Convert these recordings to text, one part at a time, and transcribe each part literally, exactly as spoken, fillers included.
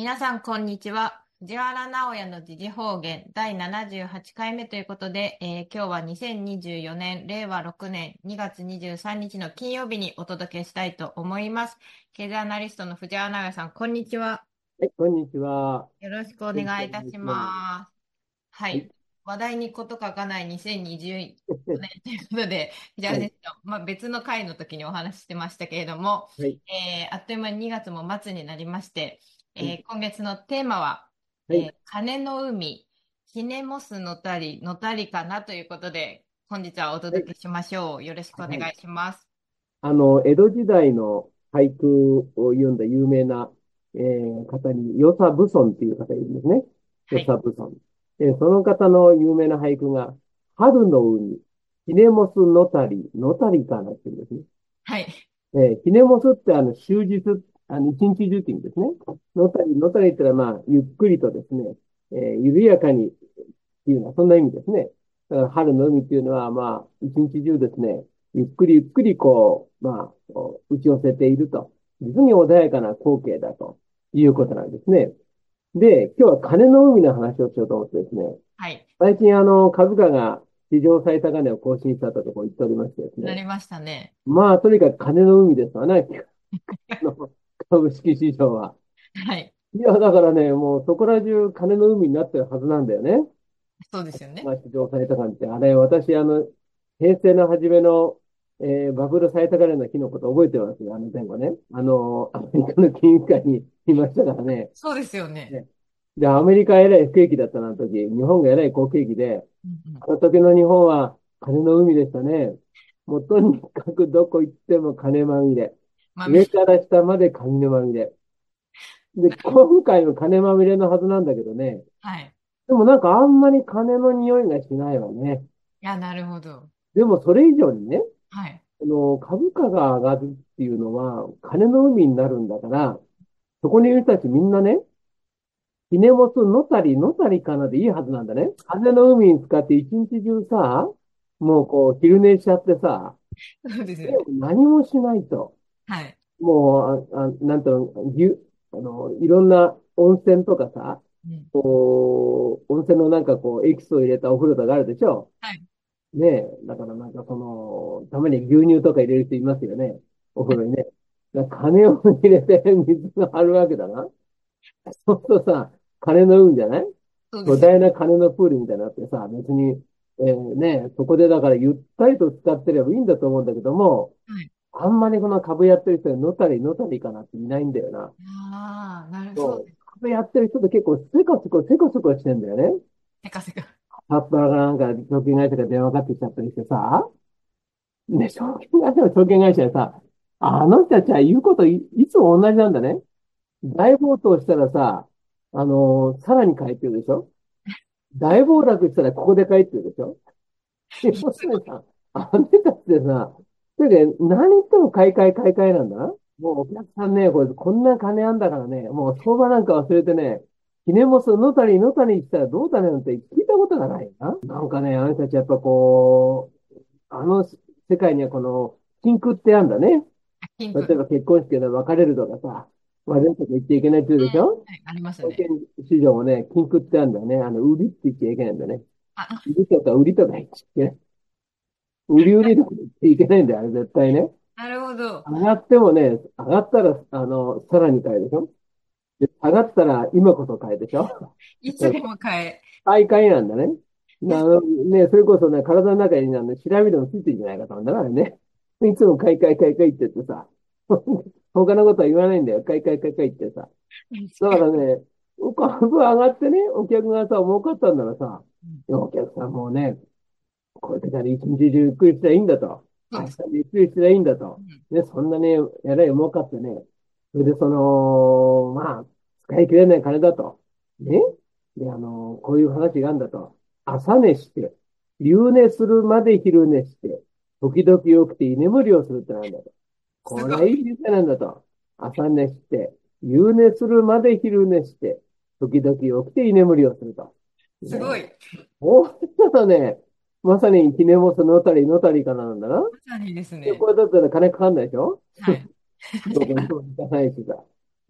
皆さん、こんにちは。藤原直哉の時事方言だいななじゅうはちかいめということで、えー今日はにせんにじゅうよねん、令和ろくねんにがつにじゅうさんにちの金曜日にお届けしたいと思います。経済アナリストの藤原直哉さん、こんにちは。 はい、こんにちは。 よろしくおよろしく願いいたしお願いします。 ます。ははい。 い。話題に事欠かないにせんにじゅうよねんということで、藤はい。 原先生と、まあ、別の回の時にお話ししてましたけれども、 はい。 えーあっという間ににがつも末になりまして、 はい。 えー今月のテーマは、 はい。 えー金の海、ひねもすのたり、のたりかなということで、本日はおはい。 届けしましょう。よろしくお願はい。 いします。 あの、江戸時代の俳句を読んだ有名な、えー方に、与謝蕪村っていう方がいるんですね。与はい。 謝蕪村。で、その方の有名な俳句が、春の海、ひねもすのたり、のたりかなっていうんですね。 はい。 えー、ひねもすってあの、終日、あの、一日中って意味ですね。のたり、のたりってのはまあ、ゆっくりとですね、えー緩やかにっていうのは、そんな意味ですね。だから春の海っていうのは、まあ、一日中ですね、ゆっくりゆっくりこう、まあ、打ち寄せていると。実に穏やかな光景だということなんですね。で、今日は金の海の話をしようと思ってですね、 はい。 最近あの、株価が史上最高値を更新したところ言っておりましてですね、 なりましたね。 まあ、とにかく金の海ですわね、あの株式市場は。 はい。 いや、だからね、もうそこら中金の海になってるはずなんだよね。 そうですよね。 まあ、史上最高値って、あれ、私、あの、平成の初めの、えーバブル最高値の日のこと覚えてますよ、あの前後ね。あの、アメリカの金融機関にいましたからね。 そうですよね。 ねで、アメリカえらい不景気だったな、あの時。日本がえらい好景気で、 うんうん。 あの時の日本は金の海でしたね。もうとにかくどこ行っても金まみれ。 まあ、み、 上から下まで金まみれ。で、今回も金まみれのはずなんだけどね。 はい。 でもなんかあんまり金の匂いがしないわね。 いや、なるほど。 でもそれ以上にね、 はい。 あの、株価が上がるっていうのは、金の海になるんだから、そこにいる人たちみんなね、ひねもすのたりのたりかなでいいはずなんだね。風の海に使って一日中さ、もうこう、昼寝しちゃってさ、 そうですよでね。 何もしないと。 はい。 もう、あ、あ、なんとの、ぎゅ、あの、いろんな温泉とかさ、 うん。 こう、温泉のなんかこう、エキスを入れたお風呂とかあるでしょ。 はい。 ねえ。だからなんかその、たまに牛乳とか入れる人いますよね。お風呂にね。だから金を入れて水が張るわけだな。そうするとさ、金の運じゃない巨そうですよ。 大な金のプールみたいになってさ、別に、えーね、そこでだからゆったりと使ってればいいんだと思うんだけども、 はい。 あんまりこの株やってる人はのたりのたりかなっていないんだよな。 ああ、なる、そうそう。 です。 株やってる人って結構せこせこせこせこしてんだよね。 せかせか。 パッパラがなんか証券会社が電話かかってきちゃったりしてさ、で、証券会社の証券会社でさ、あの人たちは言うことい、いつも同じなんだね。大暴騰したらさ、あのーさらに買えって言うでしょ。大暴落したらここで買えって言うでしょ。要すすごい。 るにさ、あの人たちってさ、それで何言っても買い替え買い替えなんだな。もうお客さんね、これこんな金あんだからね、もう相場なんか忘れてね、ひねもすのたりのたりしたらどうだねなんて聞いたことがないよな。なんかね、あの人たちやっぱこう、あの世界にはこの、禁句ってあるんだね。 ピンク。 例えば結婚式で別れるとかさ、悪いこと言っちゃいけないって言うでしょ。 はい、あります証券ね。 市場もね、禁句ってあるんだよね。あの、売りって言っちゃいけないんだね。 あ、 売りとか売りとか言っちゃいけない。売り売りとか言っちゃいけないんだよ、あれ絶対ね。 なるほど。 上がってもね、上がったら、あの、さらに買えでしょ。で、下がったら今こそ買えでしょ。 いつでも買え。 買い替えなんだね。あえ、 の、ね、それこそね、体の中にあの、シラミでもついてるんじゃないかと思うんだからね。いつも買い替え買い替えって言ってさ、他のことは言わないんだよ。買い替え買い替えってさ。だか確からね、株上がってね、お客がさ、儲かったんならさ、 に。 いやお客さんもね、こうやってから一日中ゆっくりしたらいいんだと。明日そうです。 ゆっくりしたらいいんだと。 うん。 ね、そんなね、やらい儲かってね。それでその、まあ、使い切れない金だと。ね。で、あの、こういう話があるんだと。朝寝して、夕寝するまで昼寝して、時々起きて居眠りをするってなんだと。これはいいすごい。 時代なんだと。朝寝して、夕寝するまで昼寝して、時々起きて居眠りをすると。ね。 すごい。 おっとね、まさにひねもすのたりのたりかなんだな。 まさにですで、 ね。 これだったら金かかんないでしょ。 はい。 どこにも行かないしさ。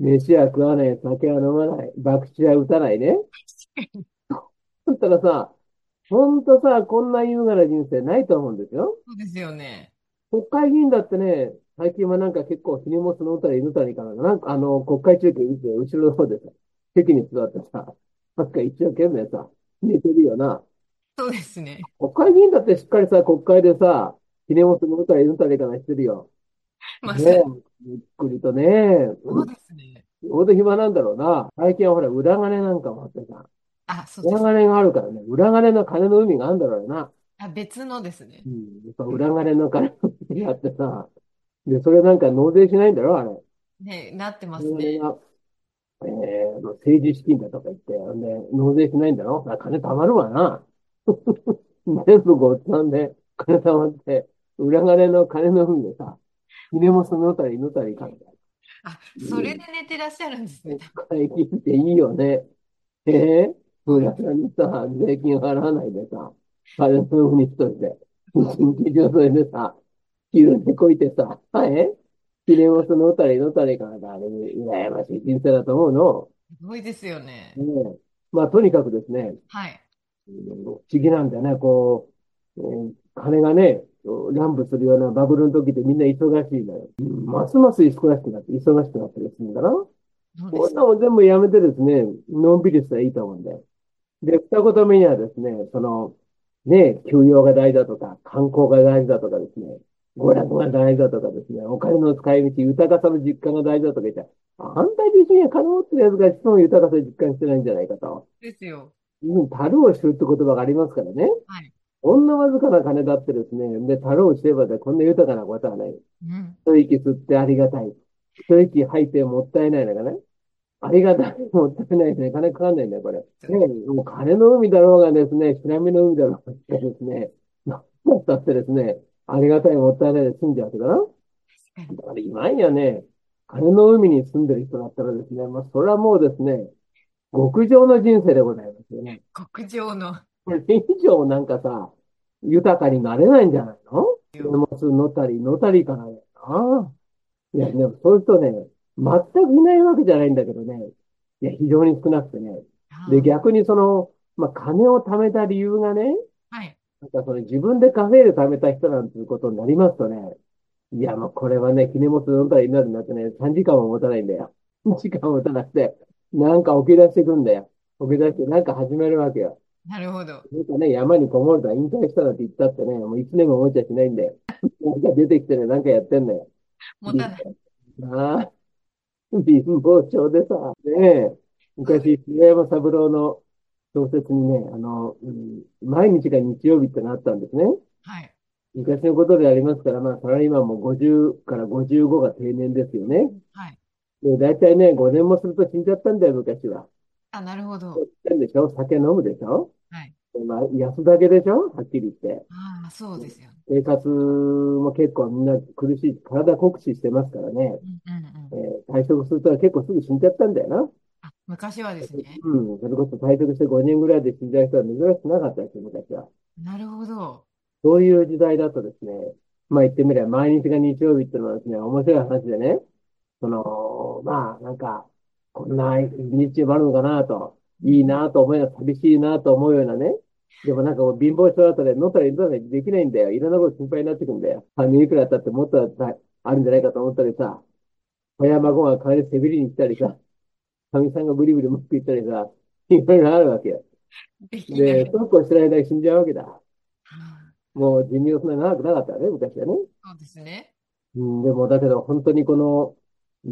飯は食わない、酒は飲まない、博打は打たないね。だったらさ、ほんとさ、こんな優雅な人生ないと思うんですよ。 そうですよね。 国会議員だってね、最近はなんか結構、ひねもすの歌り、犬たりかな。なんかあの、国会中継見て、後ろの方でさ、席に座ってさ、なんか一生懸命さ、寝てるよな。 そうですね。 国会議員だってしっかりさ、国会でさ、ひねもすの歌り、犬たりかなしてるよ。ねえ、 まさに。 ゆっくりとね、 そうですね。 ほど暇なんだろうな。最近はほら、裏金なんかもあってさ、 あ、そうです。 裏金があるからね、裏金の金の海があるんだろうよな。 あ、別のですね。 うん、やっぱうん。 裏金の金の海があってさ、で、それなんか納税しないんだろ、あれ。 ね、なってますね。 裏金が、えー、政治資金だとか言って、で、納税しないんだろ。あ、金貯まるわな。全部ごっつぁんで、金貯まって、裏金の金の海でさ、ひねもすのたりのたりかみたいあ、それな。 で寝てらっしゃるんですね。 国会議員っていいよね。ええそう、 裏にさ、税金払わないでさ、あれそういうふうにしといて、一そう、 日中それでさ、昼寝こいてさ、はい、記念をそのたりのたりからだ、あれ、羨ましい人生だと思うの。 すごいですよね。 ねえ、まあ、とにかくですね、 はい。 うん不思議なんだよね、こう、えー金がね、乱舞するようなバブルの時ってみんな忙しいのよ。うんますます忙しくなって、忙しくなったりするんだな。 そうです。 こんなもん全部やめてですね、のんびりしたらいいと思うんだよ。で、二言目にはですね、その、ね、休養が大事だとか、観光が大事だとかですね、娯楽が大事だとかですね、お金の使い道、豊かさの実感が大事だとか言ったら、あんた自身は金持ってるやつが一番豊かさを実感してないんじゃないかと。 ですよ。 うん、樽を知るって言葉がありますからね。 はい。 こんなわずかな金だってですね、で、樽を知ればでこんな豊かなことはない。 うん。 一息吸ってありがたい。一息吐いてもったいないのがね。ありがたい。もったいないですね。金かかんないんだよ、これ。ね、もう金の海だろうがですね、白身の海だろうがですね、何だったってですね、ありがたい、もったいないで済んじゃうわけだな。 確かに。 だから今やね、金の海に住んでる人だったらですね、まあ、それはもうですね、極上の人生でございますよね。 極上の。 これ以上なんかさ、豊かになれないんじゃないの？でもすのたり、のたりかないな。いや、でもそういう人ね、全くいないわけじゃないんだけどね。いや、非常に少なくてね。で、 あ逆にその、まあ、金を貯めた理由がね、 あ、はい。 なんかその自分で稼いで貯めた人なんていうことになりますとね、いや、もうこれはね、ひねもつ飲んだらいいなるなってね、さんじかんも持たないんだよ。さんじかんも持たなくて、なんか起き出してくんだよ。起き出して、なんか始めるわけよ。 なるほど。 なんかね、山にこもると引退したなんて言ったってね、もういちねんも持ちゃしないんだよ。なんか出てきてね、なんかやってんだよ。びっ持たない。 なあ。貧乏症でさ、ねえ、 そうです。 昔、白山三郎の小説にね、あの、うん、毎日が日曜日ってのあったんですね。 はい。 昔のことでありますから、まあ、サラリーマンもごじゅうからごじゅうごが定年ですよね。 はい。 で、大体ね、ごねんもすると死んじゃったんだよ、昔は。 あ、なるほど。 言ってんでしょ？酒飲むでしょ？ はい。 でまあ、安だけでしょ？はっきり言って。 ああ、そうですよね。 生活も結構みんな苦しい、体酷使してますからね。 うんうんうん。 えー退職すると結構すぐ死んじゃったんだよな。 あ、昔はですね。 うん、それこそ退職してごねんぐらいで死んじゃう人は珍しくなかったですよ、昔は。 なるほど。 そういう時代だとですね、まあ言ってみれば毎日が日曜日っていうのはですね、面白い話でね、その、まあなんか、こんな一日もあるのかなと、いいうん。 なと思いながら寂しいなと思うようなね、でもなんかもう貧乏症だとね、乗ったり乗ったりできないんだよ。いろんなこと心配になってくるんだよ。あ、いくらだったってもっとあるんじゃないかと思ったりさ、親孫が帰りせびりに来たりさ、かみさんがブリブリ文句言ったりさ、いろいろあるわけよ。 できなで、 い。 そうこうしてる間に死んじゃうわけだ。 はあ、 もう寿命そんな長くなかったよね、昔はね。 そうですね。 うん、でも、だけど、本当にこの、うん、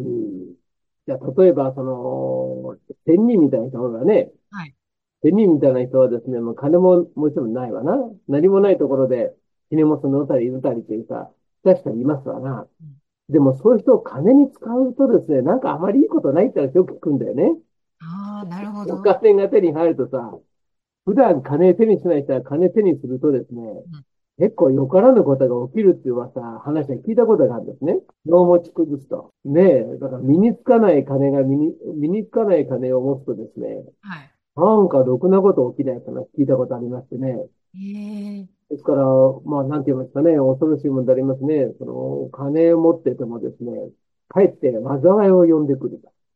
じゃあ、例えば、その、仙人みたいな人がね、 はい。 仙人みたいな人はですね、もう金ももちろんないわな。何もないところで、ひねもすのたり、いるたりっていうさ、確かにいますわな。 うん。 でも、そういう人を金に使うとですね、なんかあまりいいことないって話よく聞くんだよね。 ああ、なるほおど。 金が手に入るとさ、普段金手にしない人は金手にするとですね、 うん。 結構よからぬことが起きるっていう噂、話は聞いたことがあるんですね。脳持ち崩すと。ねえ、だから身につかない金が身に、身につかない金を持つとですね、 はい。 なんかろくなこと起きない話聞いたことありましてね。 ええ。 ですから、まあ、なんて言いますかね、恐ろしいものでありますね。その、金を持っててもですね、かえって災いを呼んでくると。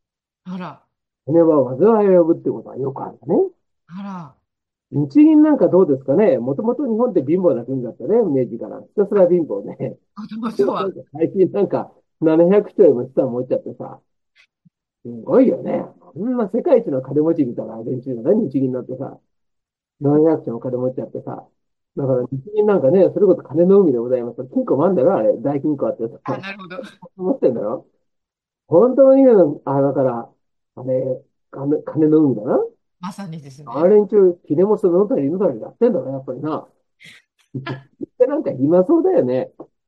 あら、 金は災いを呼ぶってことはよくあるよね。 あら、 日銀なんかどうですかね。もともと日本って貧乏な国だったね、明治から。ひたすら貧乏ね。 もともとは。 最近なんかななひゃくちょう円も資産持っちゃってさ、すごいよね。こんな世界一の金持ちみたいな連中がね、日銀になってさ、ななひゃくちょうも金持っちゃってさ。だから日銀なんかね、それこそ金の海でございます。金庫もあんだろ、あれ。大金庫あってさ、 あ、なるほど。 持ってんだろ。本当にね、あ、だから、あれ、金、金の海だな。 まさにですあね。 れんちゅう、切れもすのたりのたりやってんだね、やっぱりな。で、なんか暇そうだよね。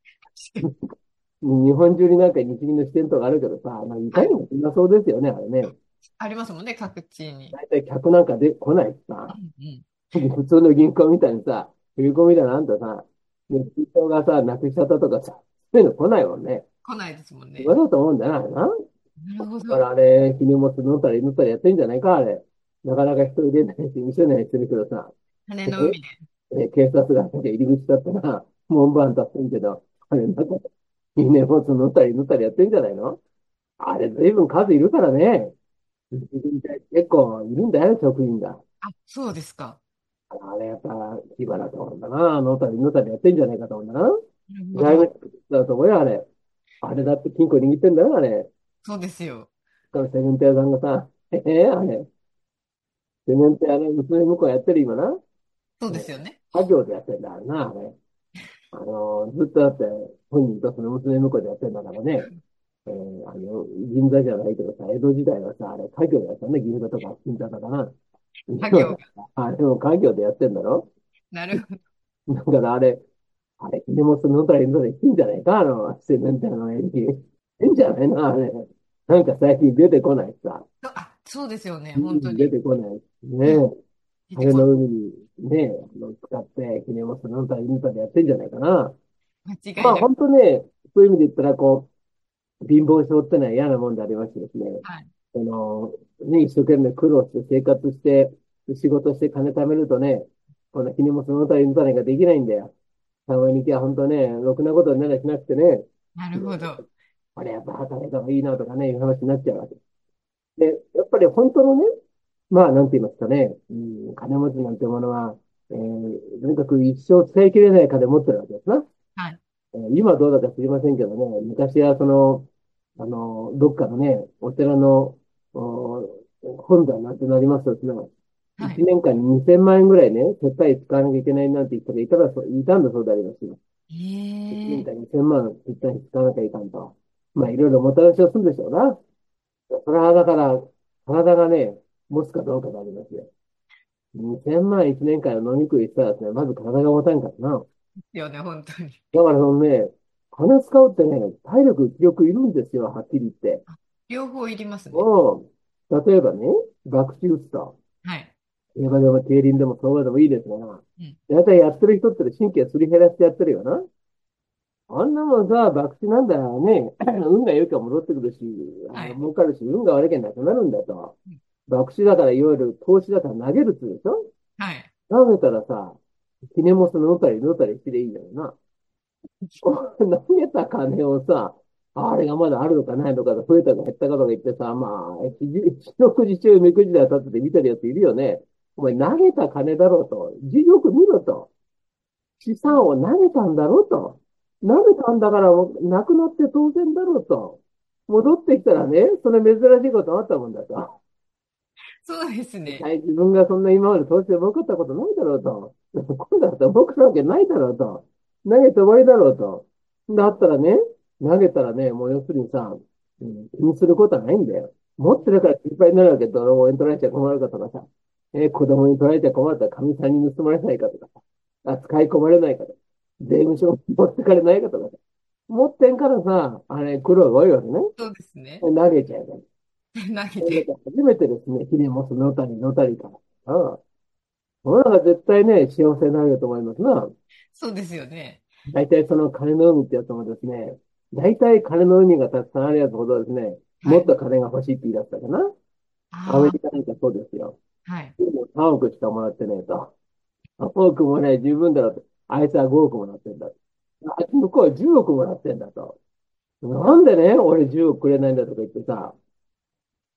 日本中になんか日銀の支店とかあるけどさ、まあ、いかはい。 にも暇そうですよね、あれね。 ありますもんね、各地に。 だいたい客なんかで来ないしうさ、 んうん。 普通の銀行みたいにさ、振り込みだなんてさ、ね、通帳がさ、なくしちゃったとかさ、そういうの来ないもんね。 来ないですもんね。 暇だと思うんだな、あれな。 なるほど。 だからあれ、日にもつ乗ったり乗ったりやってんじゃないか、あれ。なかなか人入れないし、見せないしてるけどさ、 羽の海で。 え、え警察が入り口だったら、門番立ってんけど、あれ、なんか、日にもつ乗ったり乗ったりやってんじゃないの。あれ、ずいぶん数いるからね。結構いるんだよ、職員が。 あ、そうですか。 あれ、やっぱ、火花と思うんだな。乗ったり乗ったりやってんじゃないかと思うんだな。 なるほど。 外務だと思うよ、あれ。あれだって金庫握ってんだよ、あれ。 そうですよ。 このセメント屋さんがさ、ええあれ。セメント屋の娘婿やってる今な。 そうえーですよね。 作業でやってんだからな、あれ。あの、ずっとだって、本人とその娘婿でやってんだからね。えーあの、銀座じゃないけどさ、江戸時代はさ、あれ、家業でやったね、銀座とか銀座とかな。 作業が。 あれも家業でやってんだろ。 なるほど。 だからあれ、あれ、荷物のたりのたりしてんじゃないか、あの、セメント屋の演技。してんじゃないの、あれ。なんか最近出てこないしさ。 あ、そうですよね。 うん、出本当に。 てこないしね。 うん。出てこない。 羽の海にね、あの、使って、ひねもすのたりのたりやってんじゃないかな。まあ、 間違いなく。 本当ね、そういう意味で言ったら、こう、貧乏症ってのは嫌なもんでありましてですね。 はい。 あの、ね、一生懸命苦労して生活して、仕事して金貯めるとね、このひねもすのたりのたりができないんだよ。たまにきは本当ね、ろくなことになりゃしなくてね、 なるほど。 あれやっぱ働いた方がいいなとかね、いう話になっちゃうわけ。で、やっぱり本当のね、まあ、なんて言いますかね、うん、金持ちなんてものは、えー、とにかく一生使い切れない金持ってるわけですな。 はい。 えー今どうだか知りませんけどね、昔はその、あの、どっかのね、お寺の、お本山なんてなりますとですね、1 はい。 年間ににせんまん円ぐらいね、接待使わなきゃいけないなんて言ったらいたらそう、いたんだそうでありますよ。1年間ええ。 にせんまん接待使わなきゃいかんと。まあ、いろいろもたらしをするんでしょうな。それはだから、体がね、持つかどうかがありますよ。にせんまんいちねんかんの飲み食いしたらですね、まず体が持たんからな。 ですよね、本当に。 だからそのね、金使うってね、体力、気力いるんですよ、はっきり言って。 両方いりますね。 うん。例えばね、学習打つと。 はい。 競馬でも競輪でも相場でもいいですが、 うん。 だいたいやってる人って神経すり減らしてやってるよな。あんなもんさ、博打なんだよね。運が良いから戻ってくるし、あはい。 儲かるし、運が悪ければなくなるんだと。 うん。 博打だから、いわゆる投資だから投げるっつうでしょ。 はい。 投げたらさ、ひねもすのたりのたりしてりゃいいんだよな。投げた金をさ、あれがまだあるのかないのか、増えたか減ったかとか言ってさ、まあ、四六時中目くじで当たってて見てるやついるよね。お前投げた金だろうと。字よく見ろと。資産を投げたんだろうと。投げたんだからもう、なくなって当然だろうと。戻ってきたらね、その珍しいことあったもんだと。 そうですね。 はい、自分がそんな今まで投資で儲かったことないだろうと。今度だったら儲かるわけないだろうと。投げて終わりだろうと。だったらね、投げたらね、もう要するにさ、うん、気にすることはないんだよ。持ってるから心配になるわけ。泥棒に取られちゃ困るかとかさ、えー子供に取られちゃ困るとか、神さんに盗まれないかとかさ、あ使い込まれないかとか、税務署に持ってかれないかとかさ、持ってんからさ、あれ、苦労が多いわけね。 そうですね。 投げちゃえば。 投げて。 投げて初めてですね、ひねもすのたりのたりから。ああ、その中絶対ね、幸せになると思いますな。 そうですよね。 大体その金の海ってやつもですね、大体金の海がたくさんあるやつほどですね、 はい。 もっと金が欲しいって言い出したかな。アメあリカなんかそうですよ。 あ、はい。 もうさんおくしかもらってねえと。さんおくもね、十分だろうと。あいつはごおくもらってんだ。あいつ向こうはじゅうおくもらってんだと。なんでね、俺じゅうおくくれないんだとか言ってさ、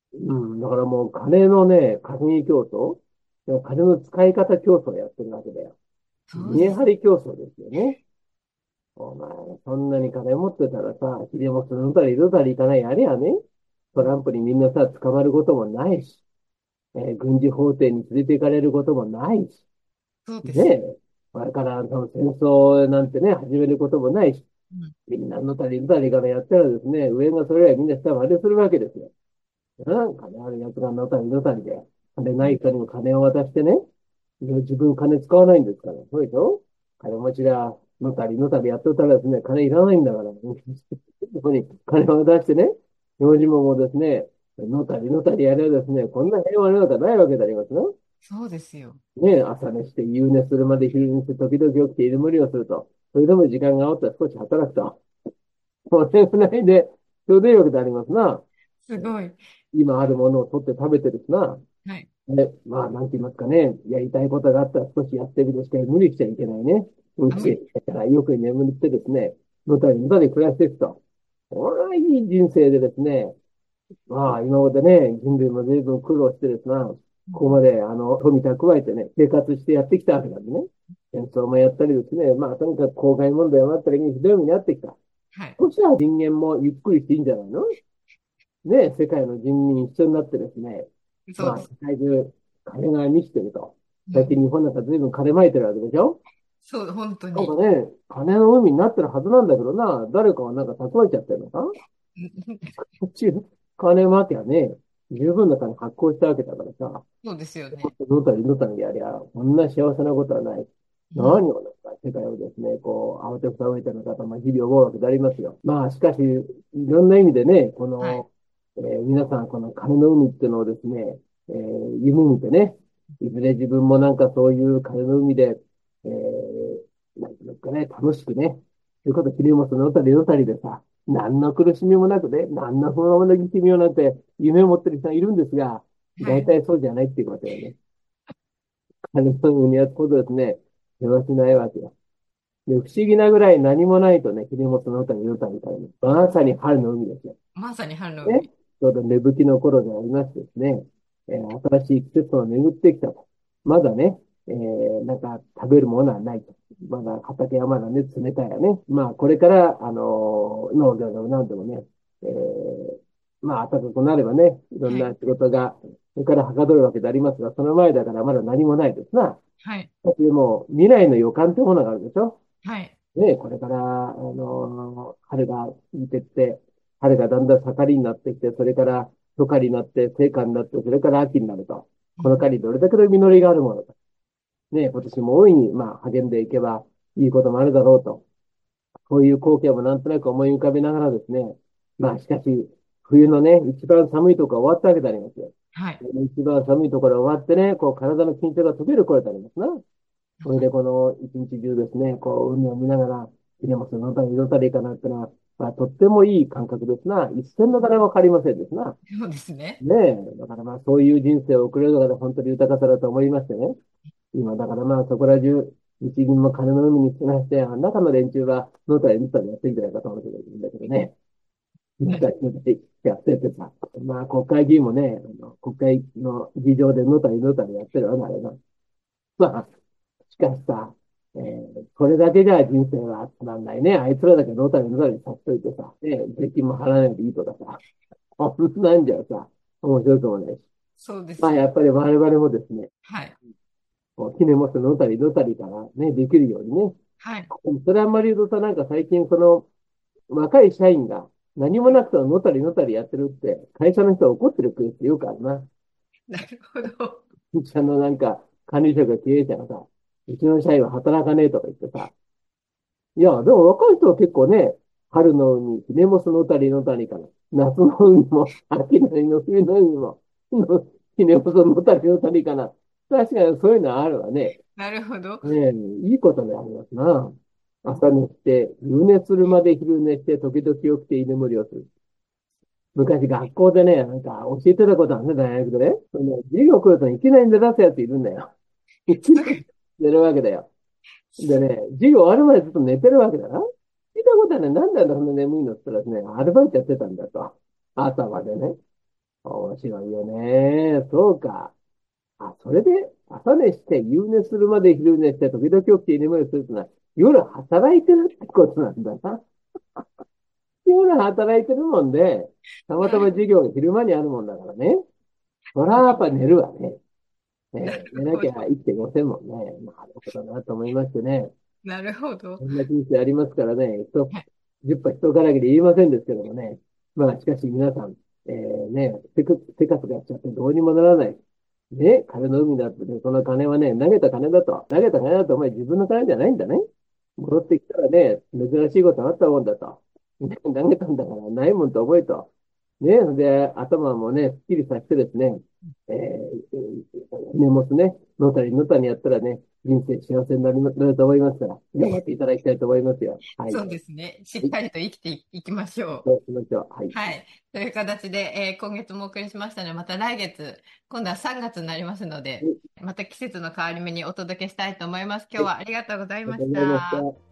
うん。だからもう金のね、稼ぎ競争、金の使い方競争をやってるわけだよ。見えそうです。 張り競争ですよね。お前、そんなに金持ってたらさ、ひでもするたり、どたりいかないあれやね。トランプにみんなさ、捕まることもないし、えー軍事法廷に連れて行かれることもないし、 そうです。 ねえ、これからその戦争なんてね、始めることもないし、 うん、 みんなのたりのたりからやったらですね、上がそれはみんな下までするわけですよ。うん、金ある奴がのたりのたりで、金ない人にも金を渡してね、自分金使わないんですから。そうでしょ？金持ちがのたりのたりやってたらですね、金いらないんだから。そこに金を出してね、用心棒もですね、のたりのたりやればですね、こんな平和な世の中ないわけでありますよ。 そうですよ。 ね、朝寝して夕寝するまで昼寝して時々起きて居眠りをすると。それでも時間があったら少し働くと。これぐらいでちょうどいいわけでありますな。 すごい。 今あるものを取って食べてるしな。 はい。 で、まあ、なんて言いますかね。やりたいことがあったら少しやってみるしか無理しちゃいけないね。無あ、無理。 理だからよく眠ってですね、のたりのたり暮らしていくと。これはいい人生でですね、まあ、今までね、人類も随分苦労してですな、 うん、 ここまで、あの、富蓄えてね、生活してやってきたわけなんでね。戦争もやったりですね、まあ、とにかく公害問題もあったり、ひどい目にあってきた。 はい。 そしたら人間もゆっくりしていいんじゃないの？ね、世界の人民一緒になってですね、まあ、 そうです。 世界中金が満ちてると。最近うん。 日本なんか随分金まいてるわけでしょ？ そう、本当に。 なんかね、金の海になってるはずなんだけどな、誰かはなんか蓄えちゃってるのか？ うん、 こっち、金まきゃね、十分な金発行したわけだからさ、 そうですよね。 どたりどたりやりゃ、こんな幸せなことはない。 うん。 何をなんか世界をですね、こう、慌てふためいてる方、まあ、日々思うわけでありますよ。まあ、しかし、いろんな意味でね、こはい。 の、えー皆さん、この金の海っていうのをですね、えー夢見てね、いずれ自分もなんかそういう金の海で、えー、なんていうんですかね、楽しくね、そういうこと、切りもそのたりのたりでさ、何の苦しみもなくね、何の不安もなく君をなんて夢を持ってる人がいるんですが、 はい。 大体そうじゃないっていうことよね。金の海にやつほどですね、世話しないわけよ。で、不思議なぐらい何もないとね、秀本の歌に歌みたいに、まさに春の海ですよ。 まさに春のね。 海。 ちょうど芽吹きの頃でありましてですね、えー新しい季節を巡ってきたと。まだね、えー、なんか食べるものはないと。まだ畑はまだね、冷たいよね。まあ、これから、あのー農業でも何でもね、えー、まあ、暖かくなればね、いろんはい。 な仕事が、それからはかどるわけでありますが、その前だからまだ何もないですな。 はい。 だってもう、未来の予感というものがあるでしょ？ はい。 ね、これから、あの、春が過ぎてって、春がだんだん盛りになってきて、それから初夏になって、盛夏になって、それから秋になると。 うん、 この間にどれだけの実りがあるものか。ね、今年も大いに、まあ、励んでいけばいいこともあるだろうと。こういう光景もなんとなく思い浮かべながらですね。まあ、しかし、冬のね、一番寒いところが終わったわけでありますよ。 はい。 一番寒いところが終わってね、こう、体の緊張が解ける頃でありますな。それでこの一日中ですね、こう、海を見ながら、ひれもそのたり、どたりかなってのは、まあ、とってもいい感覚ですな。一銭の柄わかりませんですな。 そうですね。 ねえ。だからまあ、そういう人生を送れるのが本当に豊かさだと思いましてね。今、だからまあ、そこら中、日銀も金の海につなして、中の連中は、のたりのたりやってるんじゃないかと思ってるんだけどね。のたりのたりやっててさ。まあ、国会議員もね、あの国会の議場でのたりのたりやってるわけだよな。まあ、しかしさ、えー、これだけじゃ人生はつまんないね。あいつらだけロータリーのたりにさせといてさ、ね、税金も払わないでいいとかさ、こんなんじゃさ、面白くもないし。 そうでまあ、 すよ。 やっぱり我々もですね、 はい。 こう、記念もそのたりのたりからね、できるようにね。 はい。 それあんまり言うとさ、なんか最近その、若い社員が何もなくてものたりのたりやってるって、会社の人は怒ってるケースよくあるな。 なるほど。 会社のなんか、管理職が経営者がさ、うちの社員は働かねえとか言ってさ、いや、でも若い人は結構ね、春の海、ひねもすのたりのたりかな。夏の海も、秋の海も、冬の海も、ひねもすのたりのたりかな。確かにそういうのあるわね。 なるほど。 ねえ、いいことでありますな。朝寝して、夕寝するまで昼寝して、時々起きて居眠りをする。昔学校でね、なんか教えてたことあるね、大学でね。その授業来るといきなり寝出すやついるんだよ。いきなり寝るわけだよ。でね、授業終わるまでずっと寝てるわけだな。聞いたことはね、なんであんなそんな眠いのって言ったらですね、アルバイトやってたんだと。朝までね。 面白いよね。そうか。あ、それで、朝寝して、夕寝するまで昼寝して、時々起きて居眠りするってのは、夜働いてるってことなんだな。夜働いてるもんで、たまたまなる、 授業が昼間にあるもんだからね。そらやっぱ寝るわね。えなー寝なきゃるほど。 生きていませんもんね。なるほどなと思いましてね。 なるほど。 そんな人生ありますからね、人、 はい。 十羽人からげで言いませんですけどもね。まあ、しかし皆さん、えーね、せか、せかすがやっちゃってどうにもならない。ね、金の海だってね、その金はね、投げた金だと。投げた金だとお前自分の金じゃないんだね。戻ってきたらね、珍しいことあったもんだと。ね投げたんだから、ないもんと覚えと。ね、で、頭もね、すっきりさせてですね、えー、寝もすね、のたりのたにやったらね、人生幸せになりなると思いますから、頑張っていただきたいと思いますよ。はい。はそうですね。しっい。 かりと生きていいきましょう。 そうしましょう。はい。 はい。という形で、えー今月もお送りしましたので、また来月、今度はさんがつになりますので、 はい。 また季節の変わり目にお届けしたいと思います。今日はい。 はありがとうございましありがとうございました。 た。